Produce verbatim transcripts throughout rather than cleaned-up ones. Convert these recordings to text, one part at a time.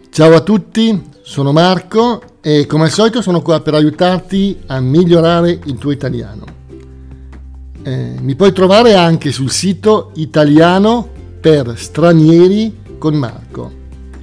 Ciao a tutti, sono Marco e come al solito sono qua per aiutarti a migliorare il tuo italiano. Eh, mi puoi trovare anche sul sito Italiano per Stranieri con Marco.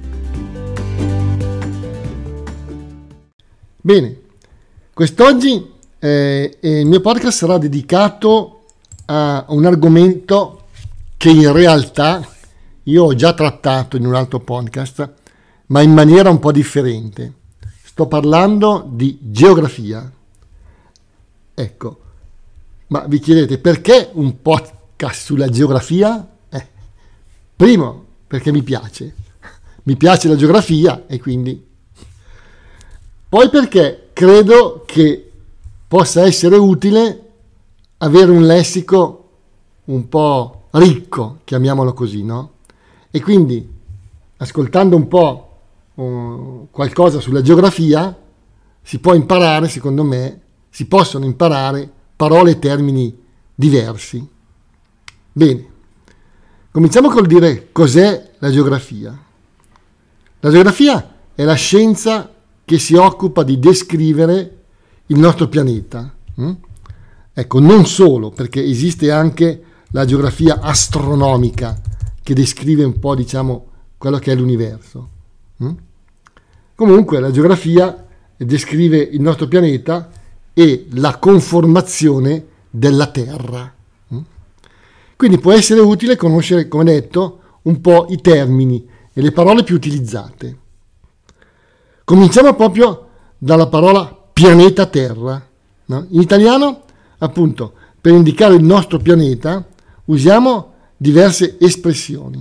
Bene, quest'oggi eh, il mio podcast sarà dedicato a un argomento che in realtà io ho già trattato in un altro podcast, ma in maniera un po' differente. Sto parlando di geografia. Ecco, ma vi chiedete perché un podcast sulla geografia? Eh, primo, perché mi piace. Mi piace la geografia e quindi... Poi perché credo che possa essere utile avere un lessico un po' ricco, chiamiamolo così, no? E quindi, ascoltando un po' qualcosa sulla geografia, si può imparare, secondo me, si possono imparare parole e termini diversi. Bene, cominciamo col dire cos'è la geografia. La geografia è la scienza che si occupa di descrivere il nostro pianeta. Mm? Ecco, non solo, perché esiste anche la geografia astronomica che descrive un po', diciamo, quello che è l'universo. Mm? Comunque la geografia descrive il nostro pianeta e la conformazione della Terra. Quindi può essere utile conoscere, come detto, un po' i termini e le parole più utilizzate. Cominciamo proprio dalla parola pianeta Terra. No? In italiano, appunto, per indicare il nostro pianeta usiamo diverse espressioni.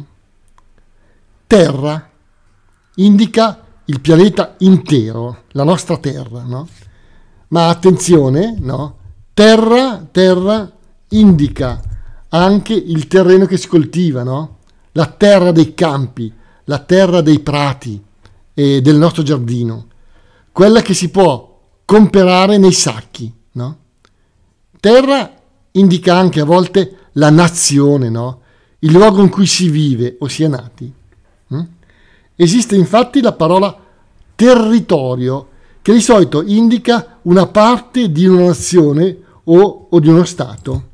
Terra indica il pianeta intero, la nostra terra, no? Ma attenzione, no? Terra, terra indica anche il terreno che si coltiva, no? La terra dei campi, la terra dei prati e del nostro giardino, quella che si può comprare nei sacchi, no? Terra indica anche a volte la nazione, no? Il luogo in cui si vive o si è nati. Mm? Esiste infatti la parola territorio, che di solito indica una parte di una nazione o, o di uno stato.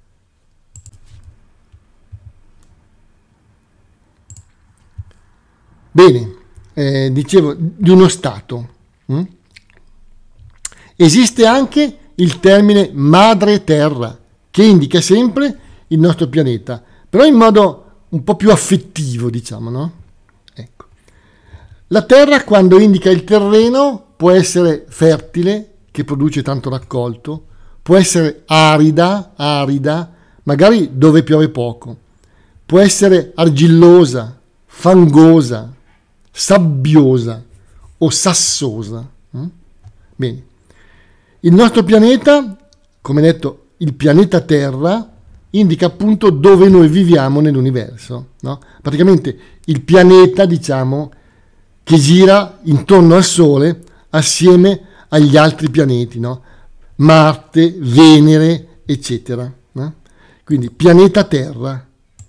Bene, eh, dicevo, di uno stato. Mm? Esiste anche il termine madre terra, che indica sempre il nostro pianeta, però in modo un po' più affettivo, diciamo, no? Ecco. La terra, quando indica il terreno, può essere fertile, che produce tanto raccolto, può essere arida, arida, magari dove piove poco, può essere argillosa, fangosa, sabbiosa o sassosa. Bene. Il nostro pianeta, come detto, il pianeta Terra, indica appunto dove noi viviamo nell'universo, no? Praticamente il pianeta, diciamo, che gira intorno al Sole assieme agli altri pianeti, no? Marte, Venere, eccetera. No? Quindi pianeta Terra.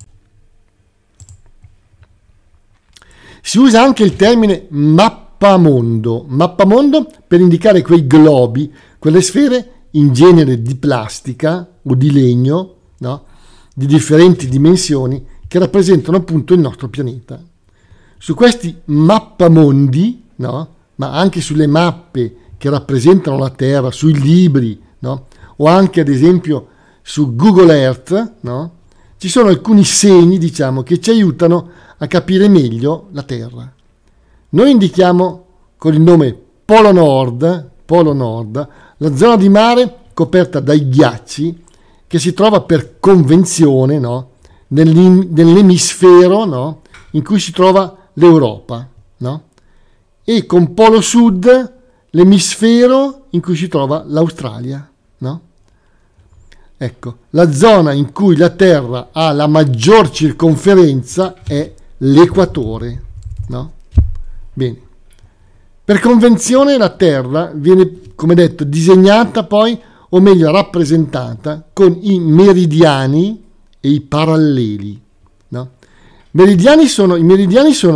Si usa anche il termine mappamondo, mappamondo per indicare quei globi, quelle sfere in genere di plastica o di legno, no? Di differenti dimensioni che rappresentano appunto il nostro pianeta. Su questi mappamondi, no? Ma anche sulle mappe che rappresentano la Terra, sui libri, no? O anche ad esempio su Google Earth, no? Ci sono alcuni segni, diciamo, che ci aiutano a capire meglio la Terra. Noi indichiamo con il nome Polo Nord, Polo Nord, la zona di mare coperta dai ghiacci che si trova per convenzione, no? nell'emisfero, no? In cui si trova l'Europa, no? E con Polo Sud l'emisfero in cui si trova l'Australia, no? Ecco, la zona in cui la Terra ha la maggior circonferenza è l'equatore, no? Bene. Per convenzione la Terra viene, come detto, disegnata poi, o meglio rappresentata, con i meridiani e i paralleli, no? Meridiani sono, I meridiani sono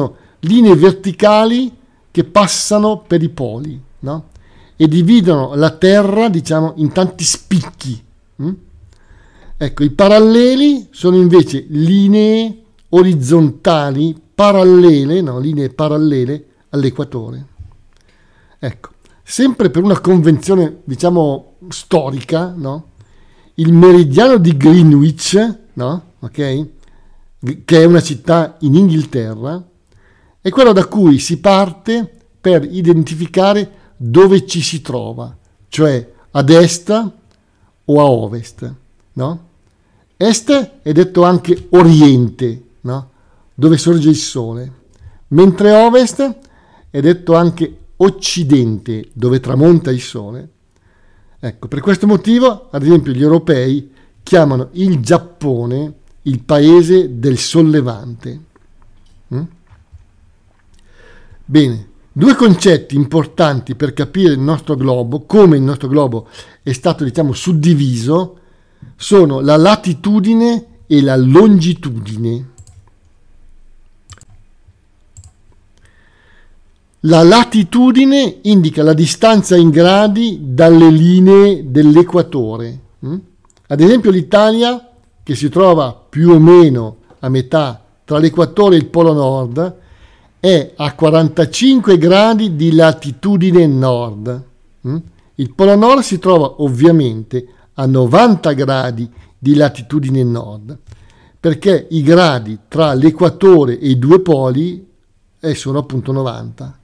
linee verticali che passano per i poli, no? E dividono la Terra, diciamo, in tanti spicchi. Hm? Ecco, i paralleli sono invece linee orizzontali parallele, no? Linee parallele all'equatore. Ecco, sempre per una convenzione, diciamo, storica, no? Il meridiano di Greenwich, no? Ok? Che è una città in Inghilterra, è quello da cui si parte per identificare dove ci si trova, cioè ad est o a ovest, no? Est è detto anche Oriente, no? Dove sorge il sole, mentre Ovest è detto anche Occidente, dove tramonta il sole. Ecco, per questo motivo, ad esempio, gli europei chiamano il Giappone il paese del sollevante. Mm? Bene, due concetti importanti per capire il nostro globo, come il nostro globo è stato, diciamo, suddiviso, sono la latitudine e la longitudine. La latitudine indica la distanza in gradi dalle linee dell'equatore. Ad esempio l'Italia, che si trova più o meno a metà tra l'equatore e il polo nord, è a quarantacinque gradi di latitudine nord. Il polo nord si trova ovviamente a novanta gradi di latitudine nord, perché i gradi tra l'equatore e i due poli sono appunto novanta.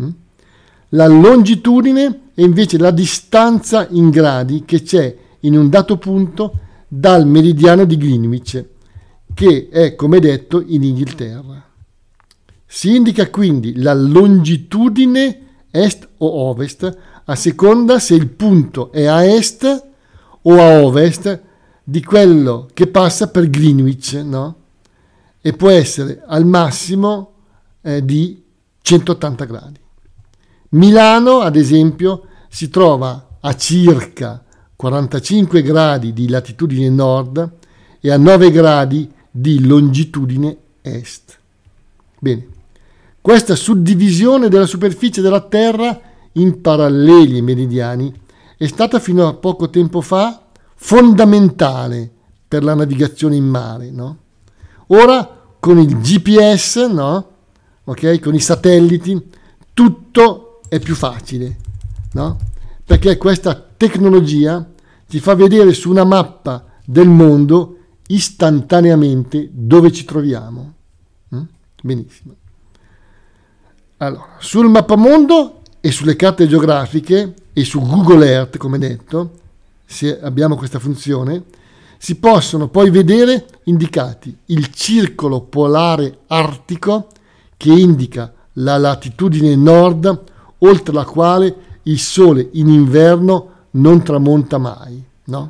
La longitudine è invece la distanza in gradi che c'è in un dato punto dal meridiano di Greenwich, che è, come detto, in Inghilterra. Si indica quindi la longitudine est o ovest a seconda se il punto è a est o a ovest di quello che passa per Greenwich, no? E può essere al massimo eh, di centottanta gradi. Milano, ad esempio, si trova a circa quarantacinque gradi di latitudine nord e a nove gradi di longitudine est. Bene, questa suddivisione della superficie della Terra in paralleli e meridiani è stata fino a poco tempo fa fondamentale per la navigazione in mare, no? Ora con il G P S, no? Ok, con i satelliti, tutto è più facile, no? Perché questa tecnologia ti fa vedere su una mappa del mondo istantaneamente dove ci troviamo. Mm? Benissimo. Allora, sul mappamondo e sulle carte geografiche e su Google Earth, come detto, se abbiamo questa funzione, si possono poi vedere indicati il circolo polare artico che indica la latitudine nord oltre la quale il sole in inverno non tramonta mai, no?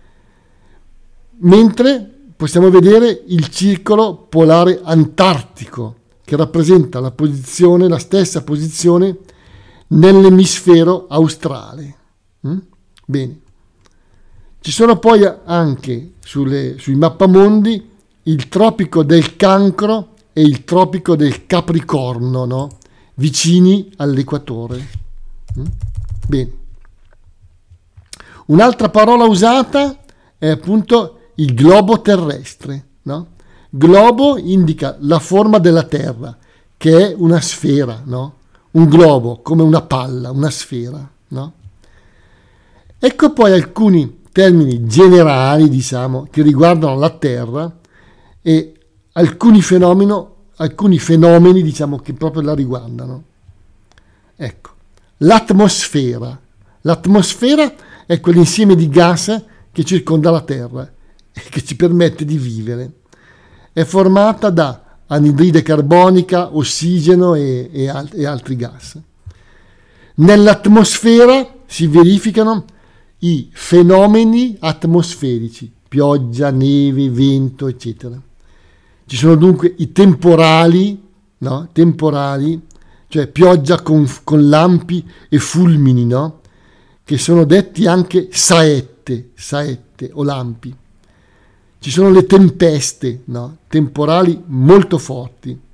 Mentre possiamo vedere il circolo polare antartico che rappresenta la posizione, la stessa posizione nell'emisfero australe. Mm? Bene. Ci sono poi anche sulle, sui mappamondi il tropico del Cancro e il tropico del Capricorno, no? Vicini all'equatore. Mm? Bene. Un'altra parola usata è appunto il globo terrestre, no? Globo indica la forma della Terra, che è una sfera, no? Un globo, come una palla, una sfera, no? Ecco poi alcuni termini generali, diciamo, che riguardano la Terra e alcuni fenomeni, alcuni fenomeni, diciamo, che proprio la riguardano. Ecco, l'atmosfera. L'atmosfera è quell'insieme di gas che circonda la Terra e che ci permette di vivere. È formata da anidride carbonica, ossigeno e, e, alt- e altri gas. Nell'atmosfera si verificano i fenomeni atmosferici, pioggia, neve, vento, eccetera. Ci sono dunque i temporali, no? Temporali, cioè pioggia con, con lampi e fulmini, no? Che sono detti anche saette, saette o lampi. Ci sono le tempeste, no? Temporali molto forti.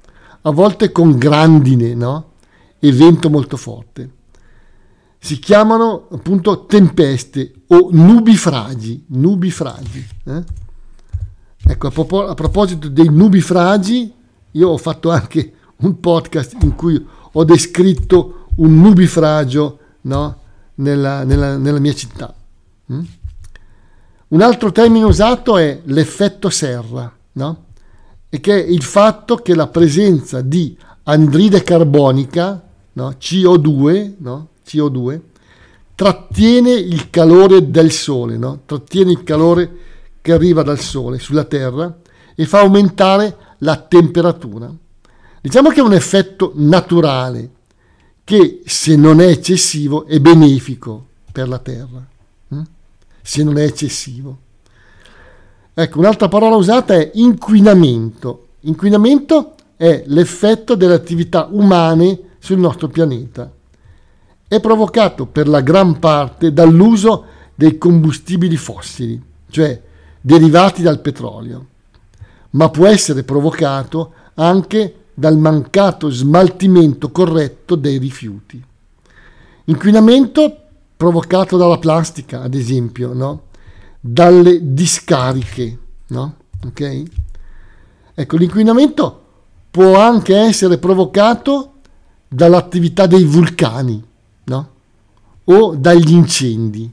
a volte con grandine, no? E vento molto forte. Si chiamano appunto tempeste o nubifragi. Nubifragi. Eh? Ecco, a, propos- a proposito dei nubifragi, io ho fatto anche un podcast in cui ho descritto un nubifragio, no? nella, nella, nella mia città. Mm? Un altro termine usato è l'effetto serra, no? E che è il fatto che la presenza di anidride carbonica, no? C O due, no? C O due, trattiene il calore del sole, no? Trattiene il calore che arriva dal sole sulla Terra e fa aumentare la temperatura. Diciamo che è un effetto naturale che, se non è eccessivo, è benefico per la Terra, hm? se non è eccessivo. Ecco, un'altra parola usata è inquinamento. Inquinamento è l'effetto delle attività umane sul nostro pianeta. È provocato per la gran parte dall'uso dei combustibili fossili, cioè derivati dal petrolio, ma può essere provocato anche dal mancato smaltimento corretto dei rifiuti. Inquinamento provocato dalla plastica, ad esempio, no? Dalle discariche, no? Ok? Ecco, l'inquinamento può anche essere provocato dall'attività dei vulcani, no? O dagli incendi.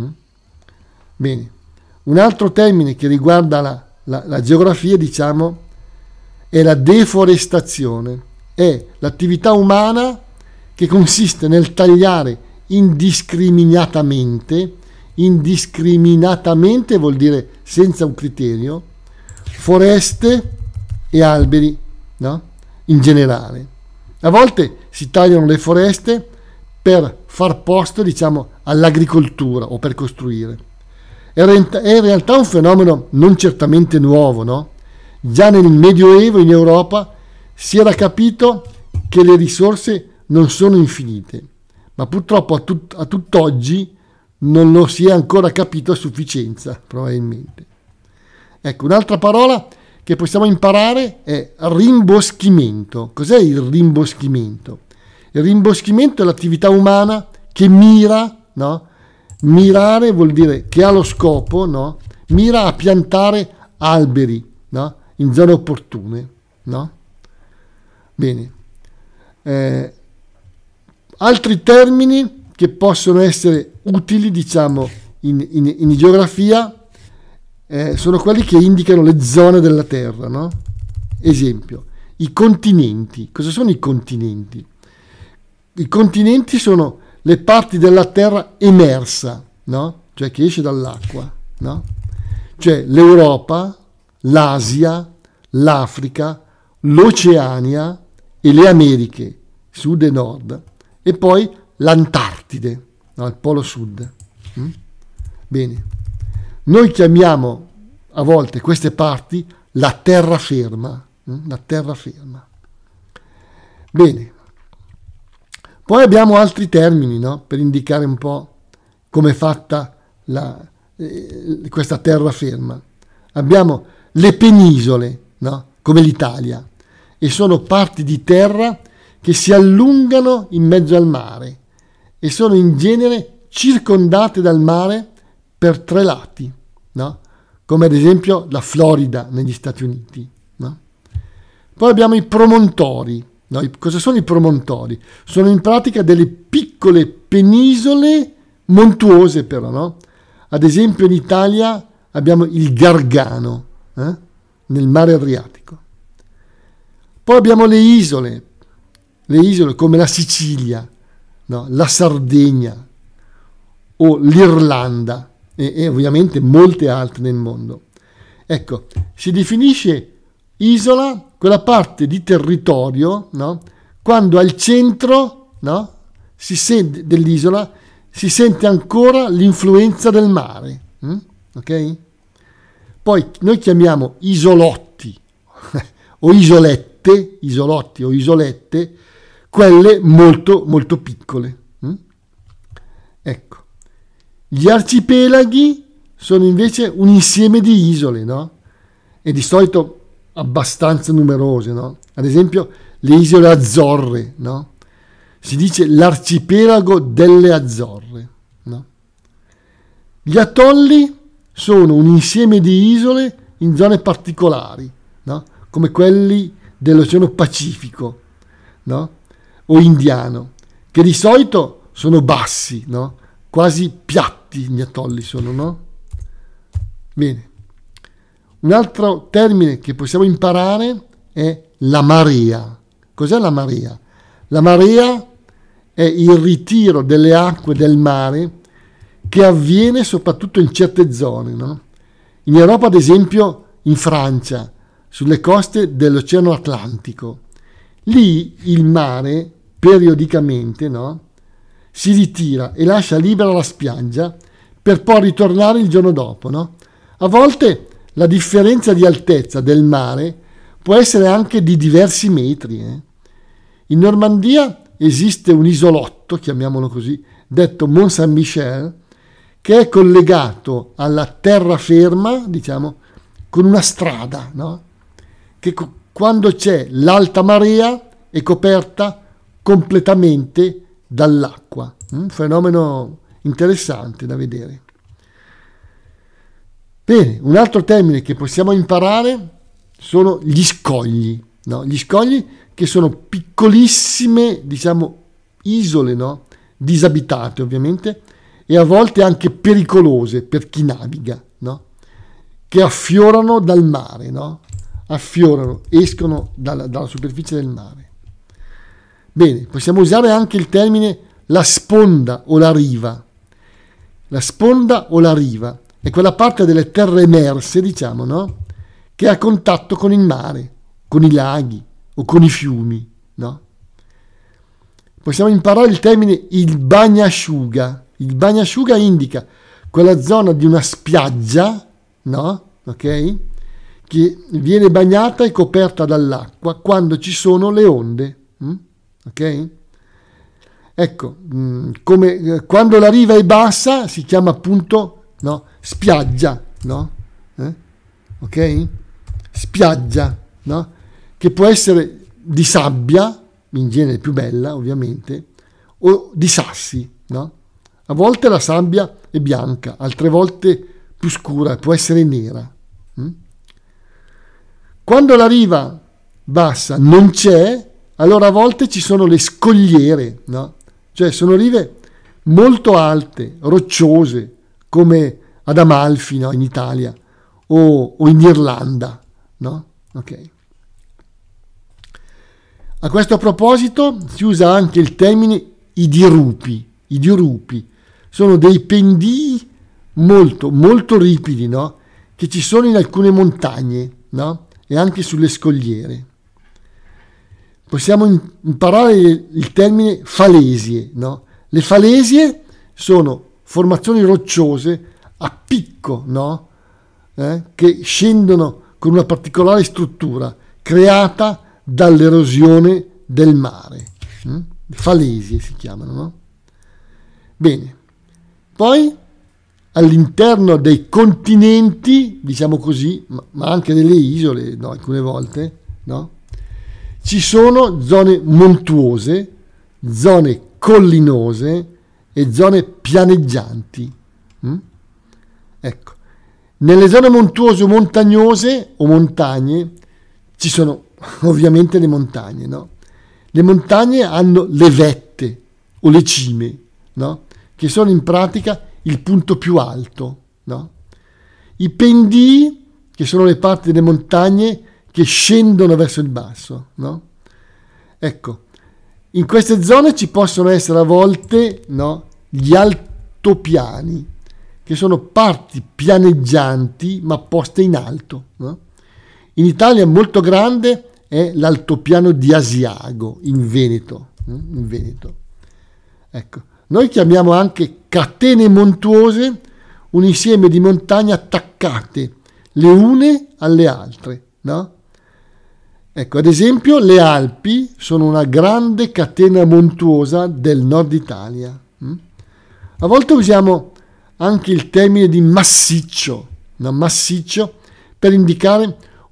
Bene, un altro termine che riguarda la, la, la geografia, diciamo, è la deforestazione. È l'attività umana che consiste nel tagliare indiscriminatamente, indiscriminatamente vuol dire senza un criterio, foreste e alberi, no? In generale. A volte si tagliano le foreste per far posto, diciamo, all'agricoltura o per costruire. È in realtà un fenomeno non certamente nuovo, no? Già nel Medioevo in Europa si era capito che le risorse non sono infinite, ma purtroppo a, tut- a tutt'oggi non lo si è ancora capito a sufficienza, probabilmente. Ecco, un'altra parola che possiamo imparare è rimboschimento. Cos'è il rimboschimento? Il rimboschimento è l'attività umana che mira, no? Mirare vuol dire che ha lo scopo, no? Mira a piantare alberi, no? In zone opportune, no? Bene. Eh, altri termini che possono essere utili, diciamo, in, in, in geografia eh, sono quelli che indicano le zone della Terra, no? Esempio, i continenti. Cosa sono i continenti? I continenti sono le parti della Terra emersa, no? Cioè che esce dall'acqua, no? Cioè l'Europa, l'Asia, l'Africa, l'Oceania e le Americhe, sud e nord, e poi l'Antartide, no? Il polo sud. Mm? Bene, noi chiamiamo a volte queste parti la terraferma, mm? la terraferma. Bene, poi abbiamo altri termini, no? Per indicare un po' come è fatta la, eh, questa terraferma. Abbiamo le penisole, no? Come l'Italia, e sono parti di terra che si allungano in mezzo al mare e sono in genere circondate dal mare per tre lati, no? Come ad esempio la Florida negli Stati Uniti, no? Poi abbiamo i promontori, no? I, cosa sono i promontori? Sono in pratica delle piccole penisole montuose però, no? Ad esempio in Italia abbiamo il Gargano, eh? Nel mare Adriatico. Poi abbiamo le isole, le isole come la Sicilia, no? La Sardegna o l'Irlanda e, e ovviamente molte altre nel mondo. Ecco, si definisce isola quella parte di territorio, no? Quando al centro, no? si sente, dell'isola si sente ancora l'influenza del mare, hm? Ok? Poi noi chiamiamo isolotti o isolette, isolotti o isolette, quelle molto molto piccole. Hm? Ecco. Gli arcipelaghi sono invece un insieme di isole, no? E di solito abbastanza numerose, no? Ad esempio le isole Azzorre, no? Si dice l'arcipelago delle Azzorre, no? Gli atolli sono un insieme di isole in zone particolari, no? Come quelli dell'Oceano Pacifico, no? O Indiano, che di solito sono bassi, no? Quasi piatti gli atolli sono, no? Bene. Un altro termine che possiamo imparare è la marea. Cos'è la marea? La marea è il ritiro delle acque del mare che avviene soprattutto in certe zone, no? In Europa, ad esempio, in Francia, sulle coste dell'Oceano Atlantico. Lì il mare periodicamente, no, si ritira e lascia libera la spiaggia per poi ritornare il giorno dopo, no? A volte la differenza di altezza del mare può essere anche di diversi metri. Eh? In Normandia esiste un isolotto, chiamiamolo così, detto Mont Saint-Michel, che è collegato alla terraferma, diciamo, con una strada, no? Che co- quando c'è l'alta marea è coperta completamente dall'acqua. Un fenomeno interessante da vedere. Bene, un altro termine che possiamo imparare sono gli scogli, no? Gli scogli che sono piccolissime, diciamo, isole, no? Disabitate ovviamente, e a volte anche pericolose per chi naviga, no? Che affiorano dal mare, no? Affiorano, escono dalla, dalla superficie del mare. Bene, possiamo usare anche il termine la sponda o la riva. La sponda o la riva è quella parte delle terre emerse, diciamo, no? Che ha contatto con il mare, con i laghi o con i fiumi, no? Possiamo imparare il termine il bagnasciuga. Il bagnasciuga indica quella zona di una spiaggia, no? Ok? Che viene bagnata e coperta dall'acqua quando ci sono le onde. Mm? Ok? Ecco, mh, come eh, quando la riva è bassa si chiama appunto, no, spiaggia, no? Eh? Ok? Spiaggia, no? Che può essere di sabbia, in genere più bella ovviamente, o di sassi, no? A volte la sabbia è bianca, altre volte più scura, può essere nera. Mm? Quando la riva bassa non c'è, allora a volte ci sono le scogliere, no? Cioè sono rive molto alte, rocciose, come ad Amalfi, no? In Italia, o, o in Irlanda, no? Ok. A questo proposito si usa anche il termine i dirupi. I dirupi sono dei pendii molto, molto ripidi, no? Che ci sono in alcune montagne, no? E anche sulle scogliere. Possiamo imparare il termine falesie, no? Le falesie sono formazioni rocciose a picco, no? Eh? Che scendono con una particolare struttura creata dall'erosione del mare. Mm? Falesie si chiamano, no? Bene. Poi all'interno dei continenti, diciamo così, ma, ma anche delle isole, no? Alcune volte, no? Ci sono zone montuose, zone collinose e zone pianeggianti. Mm? Ecco, nelle zone montuose o montagnose o montagne ci sono ovviamente le montagne, no? Le montagne hanno le vette o le cime, no? Che sono in pratica il punto più alto, no? I pendii, che sono le parti delle montagne che scendono verso il basso, no? Ecco, in queste zone ci possono essere a volte, no, gli altopiani, che sono parti pianeggianti ma poste in alto, no? In Italia molto grande è l'altopiano di Asiago, in Veneto, in Veneto. Ecco, noi chiamiamo anche catene montuose un insieme di montagne attaccate le une alle altre, no? Ecco, ad esempio le Alpi sono una grande catena montuosa del nord Italia. A volte usiamo anche il termine di massiccio, no? Massiccio per indicare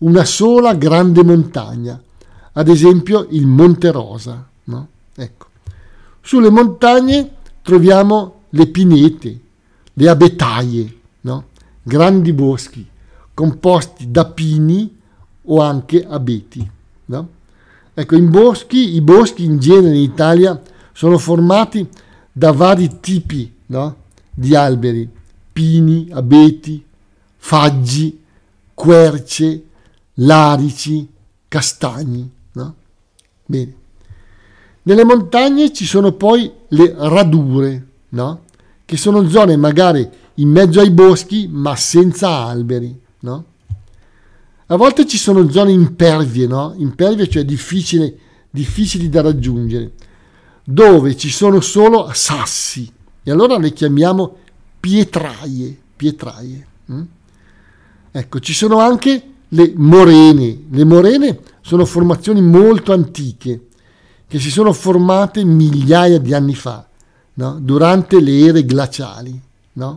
una sola grande montagna, ad esempio il Monte Rosa, no? Ecco. Sulle montagne troviamo le pinete, le abetaie, no? Grandi boschi composti da pini o anche abeti, no? Ecco, in boschi, i boschi in genere in Italia sono formati da vari tipi, no? Di alberi, pini, abeti, faggi, querce, larici, castagni, no? Bene. Nelle montagne ci sono poi le radure, no? Che sono zone magari in mezzo ai boschi ma senza alberi, no? A volte ci sono zone impervie, no? Impervie, cioè difficili, difficili da raggiungere, dove ci sono solo sassi, e allora le chiamiamo pietraie, pietraie. Hm? Ecco, ci sono anche le morene. Le morene sono formazioni molto antiche che si sono formate migliaia di anni fa, no? Durante le ere glaciali, no?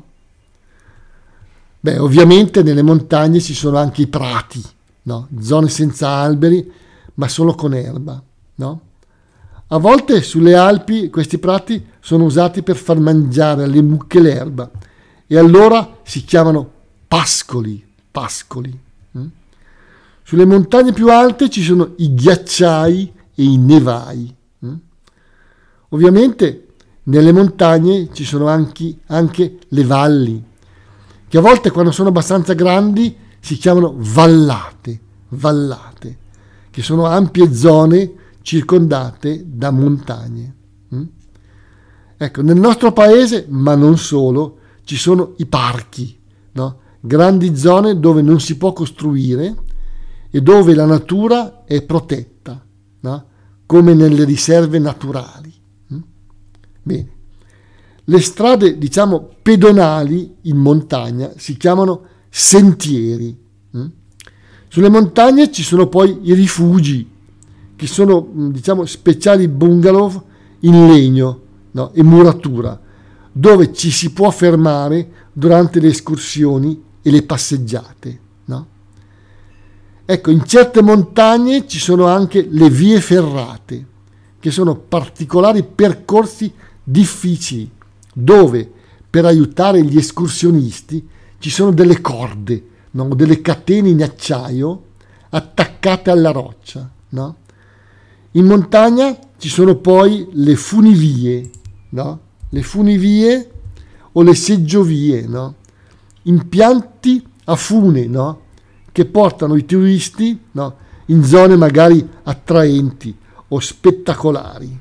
Beh, ovviamente nelle montagne ci sono anche i prati, no? Zone senza alberi, ma solo con erba, no? A volte sulle Alpi questi prati sono usati per far mangiare alle mucche l'erba e allora si chiamano pascoli, pascoli. Mm? Sulle montagne più alte ci sono i ghiacciai e i nevai. Mm? Ovviamente nelle montagne ci sono anche, anche le valli, che a volte quando sono abbastanza grandi si chiamano vallate, vallate, che sono ampie zone circondate da montagne. Mm? Ecco, nel nostro paese, ma non solo, ci sono i parchi, no? Grandi zone dove non si può costruire e dove la natura è protetta, no? Come nelle riserve naturali. Mm? Bene. Le strade, diciamo, pedonali in montagna si chiamano sentieri. Mm? Sulle montagne ci sono poi i rifugi, che sono, diciamo, speciali bungalow in legno, no? E muratura, dove ci si può fermare durante le escursioni e le passeggiate, no? Ecco, in certe montagne ci sono anche le vie ferrate, che sono particolari percorsi difficili, dove per aiutare gli escursionisti ci sono delle corde, no? Delle catene in acciaio attaccate alla roccia, no? In montagna ci sono poi le funivie, no? Le funivie o le seggiovie, no? Impianti a fune, no? Che portano i turisti, no? In zone magari attraenti o spettacolari.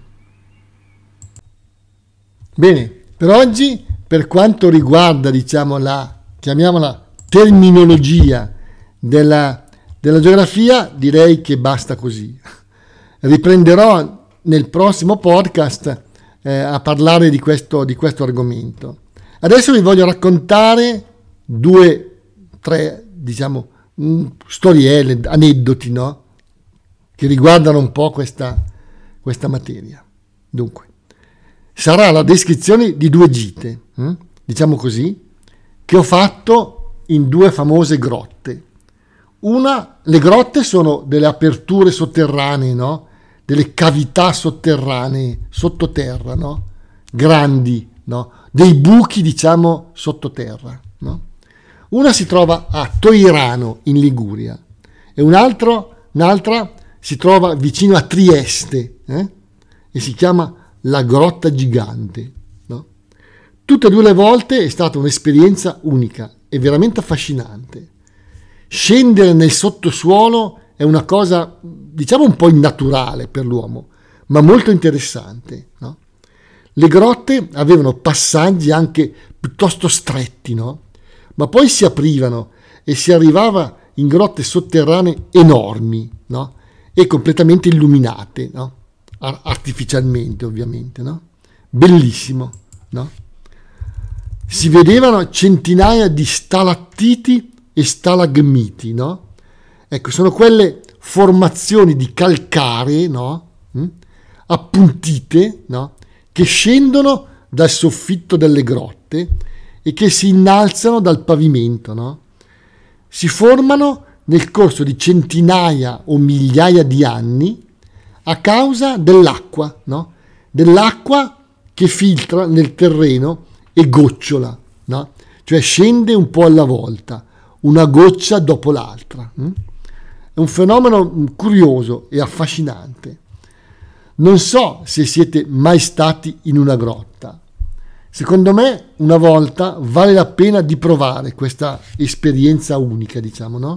Bene, per oggi, per quanto riguarda, diciamo, la, chiamiamola, terminologia della, della geografia, direi che basta così. Riprenderò nel prossimo podcast eh, a parlare di questo, di questo argomento. Adesso vi voglio raccontare due, tre, diciamo, storielle, aneddoti, no? Che riguardano un po' questa, questa materia. Dunque, sarà la descrizione di due gite, hm? diciamo così, che ho fatto in due famose grotte. Una, le grotte sono delle aperture sotterranee, no? Delle cavità sotterranee, sottoterra, no? Grandi, no? Dei buchi, diciamo, sottoterra, no? Una si trova a Toirano, in Liguria, e un altro, un'altra si trova vicino a Trieste, eh? E si chiama la Grotta Gigante, no? Tutte e due le volte è stata un'esperienza unica e veramente affascinante. Scendere nel sottosuolo è una cosa, diciamo, un po' innaturale per l'uomo, ma molto interessante, no? Le grotte avevano passaggi anche piuttosto stretti, no? Ma poi si aprivano e si arrivava in grotte sotterranee enormi, no? E completamente illuminate, no? Artificialmente, ovviamente, no? Bellissimo, no? Si vedevano centinaia di stalattiti e stalagmiti, no? Ecco, sono quelle formazioni di calcare, no? Mm? Appuntite, no? Che scendono dal soffitto delle grotte e che si innalzano dal pavimento, no? Si formano nel corso di centinaia o migliaia di anni a causa dell'acqua, no? Dell'acqua che filtra nel terreno e gocciola, no? Cioè scende un po' alla volta, una goccia dopo l'altra. È un fenomeno curioso e affascinante. Non so se siete mai stati in una grotta. Secondo me una volta vale la pena di provare questa esperienza unica, diciamo, no?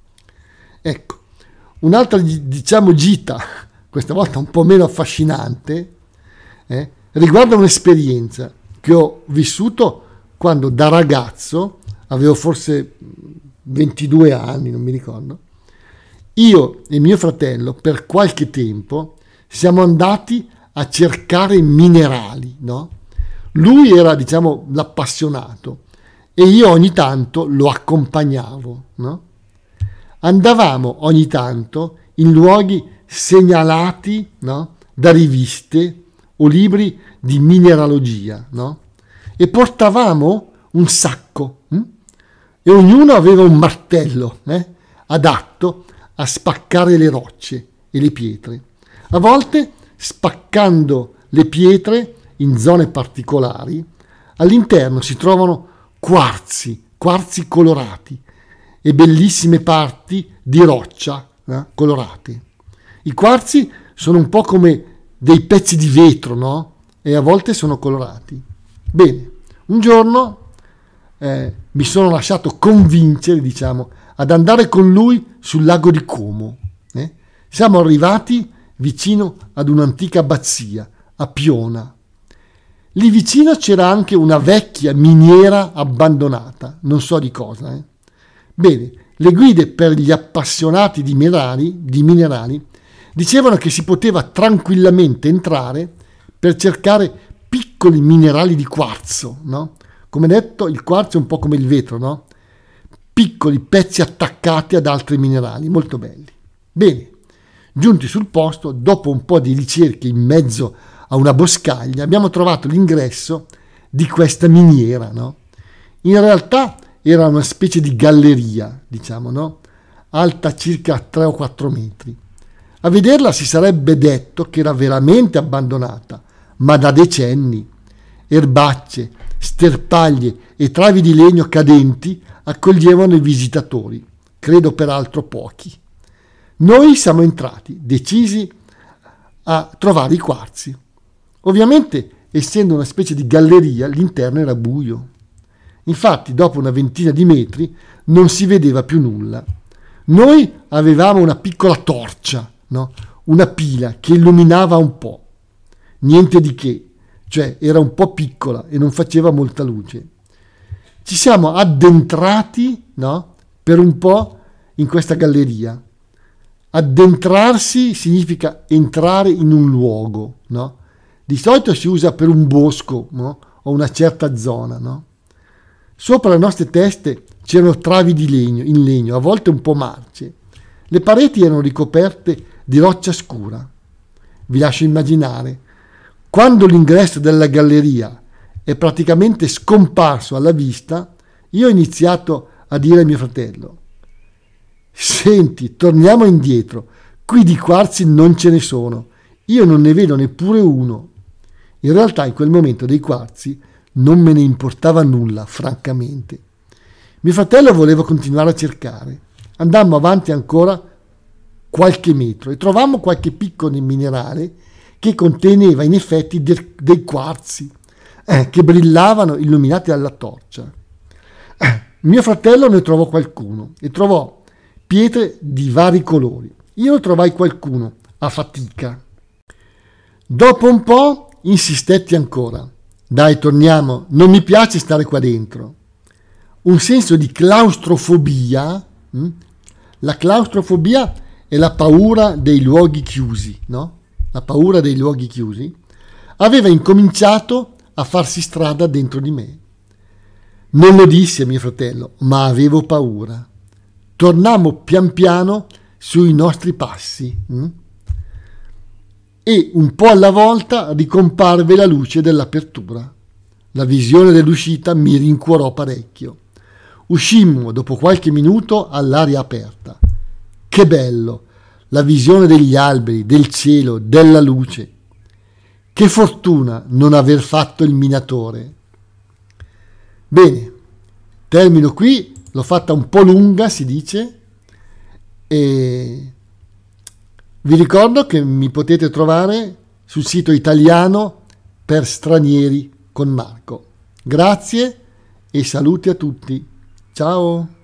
Ecco, un'altra, diciamo, gita, questa volta un po' meno affascinante, eh, riguarda un'esperienza che ho vissuto quando da ragazzo, avevo forse ventidue anni, non mi ricordo, io e mio fratello per qualche tempo siamo andati a cercare minerali, no? Lui era, diciamo, l'appassionato e io ogni tanto lo accompagnavo, no? Andavamo ogni tanto in luoghi segnalati, no? Da riviste o libri di mineralogia, no? E portavamo un sacco hm? e ognuno aveva un martello eh? adatto a spaccare le rocce e le pietre. A volte, spaccando le pietre in zone particolari, all'interno si trovano quarzi, quarzi colorati e bellissime parti di roccia eh, colorate. I quarzi sono un po' come dei pezzi di vetro, no? E a volte sono colorati. Bene, un giorno eh, mi sono lasciato convincere, diciamo, ad andare con lui sul lago di Como. Eh? Siamo arrivati vicino ad un'antica abbazia, a Piona. Lì vicino c'era anche una vecchia miniera abbandonata, non so di cosa. Eh? Bene, le guide per gli appassionati di minerali, di minerali dicevano che si poteva tranquillamente entrare per cercare piccoli minerali di quarzo, no? Come detto, il quarzo è un po' come il vetro, no? Piccoli pezzi attaccati ad altri minerali, molto belli. Bene, giunti sul posto, dopo un po' di ricerche in mezzo a una boscaglia, abbiamo trovato l'ingresso di questa miniera, no? In realtà era una specie di galleria, diciamo, no? Alta circa tre o quattro metri. A vederla si sarebbe detto che era veramente abbandonata, ma da decenni. Erbacce, sterpaglie e travi di legno cadenti accoglievano i visitatori, credo peraltro pochi. Noi siamo entrati, decisi a trovare i quarzi. Ovviamente, essendo una specie di galleria, l'interno era buio. Infatti, dopo una ventina di metri non si vedeva più nulla. Noi avevamo una piccola torcia, no? Una pila che illuminava un po'. Niente di che, cioè era un po' piccola e non faceva molta luce. Ci siamo addentrati, no? Per un po' in questa galleria. Addentrarsi significa entrare in un luogo, no? Di solito si usa per un bosco, no? O una certa zona, no? Sopra le nostre teste c'erano travi di legno, in legno, a volte un po' marce. Le pareti erano ricoperte di roccia scura. Vi lascio immaginare, quando l'ingresso della galleria è praticamente scomparso alla vista, io ho iniziato a dire a mio fratello: senti, torniamo indietro, qui di quarzi non ce ne sono, io non ne vedo neppure uno. In realtà in quel momento dei quarzi non me ne importava nulla, francamente. Mio fratello voleva continuare a cercare. Andammo avanti ancora qualche metro e trovammo qualche piccolo minerale che conteneva in effetti de- dei quarzi eh, che brillavano illuminati dalla torcia. Eh, mio fratello ne trovò qualcuno e trovò pietre di vari colori. Io trovai qualcuno a fatica. Dopo un po' insistetti ancora. Dai, torniamo, non mi piace stare qua dentro. Un senso di claustrofobia, hm? La claustrofobia è la paura dei luoghi chiusi, no? La paura dei luoghi chiusi, aveva incominciato a farsi strada dentro di me. Non lo dissi a mio fratello, ma avevo paura. Tornammo pian piano sui nostri passi hm? e un po' alla volta ricomparve la luce dell'apertura. La visione dell'uscita mi rincuorò parecchio. Uscimmo dopo qualche minuto all'aria aperta. Che bello! La visione degli alberi, del cielo, della luce. Che fortuna non aver fatto il minatore. Bene, termino qui, l'ho fatta un po' lunga, si dice, e vi ricordo che mi potete trovare sul sito Italiano per Stranieri con Marco. Grazie e saluti a tutti. Ciao!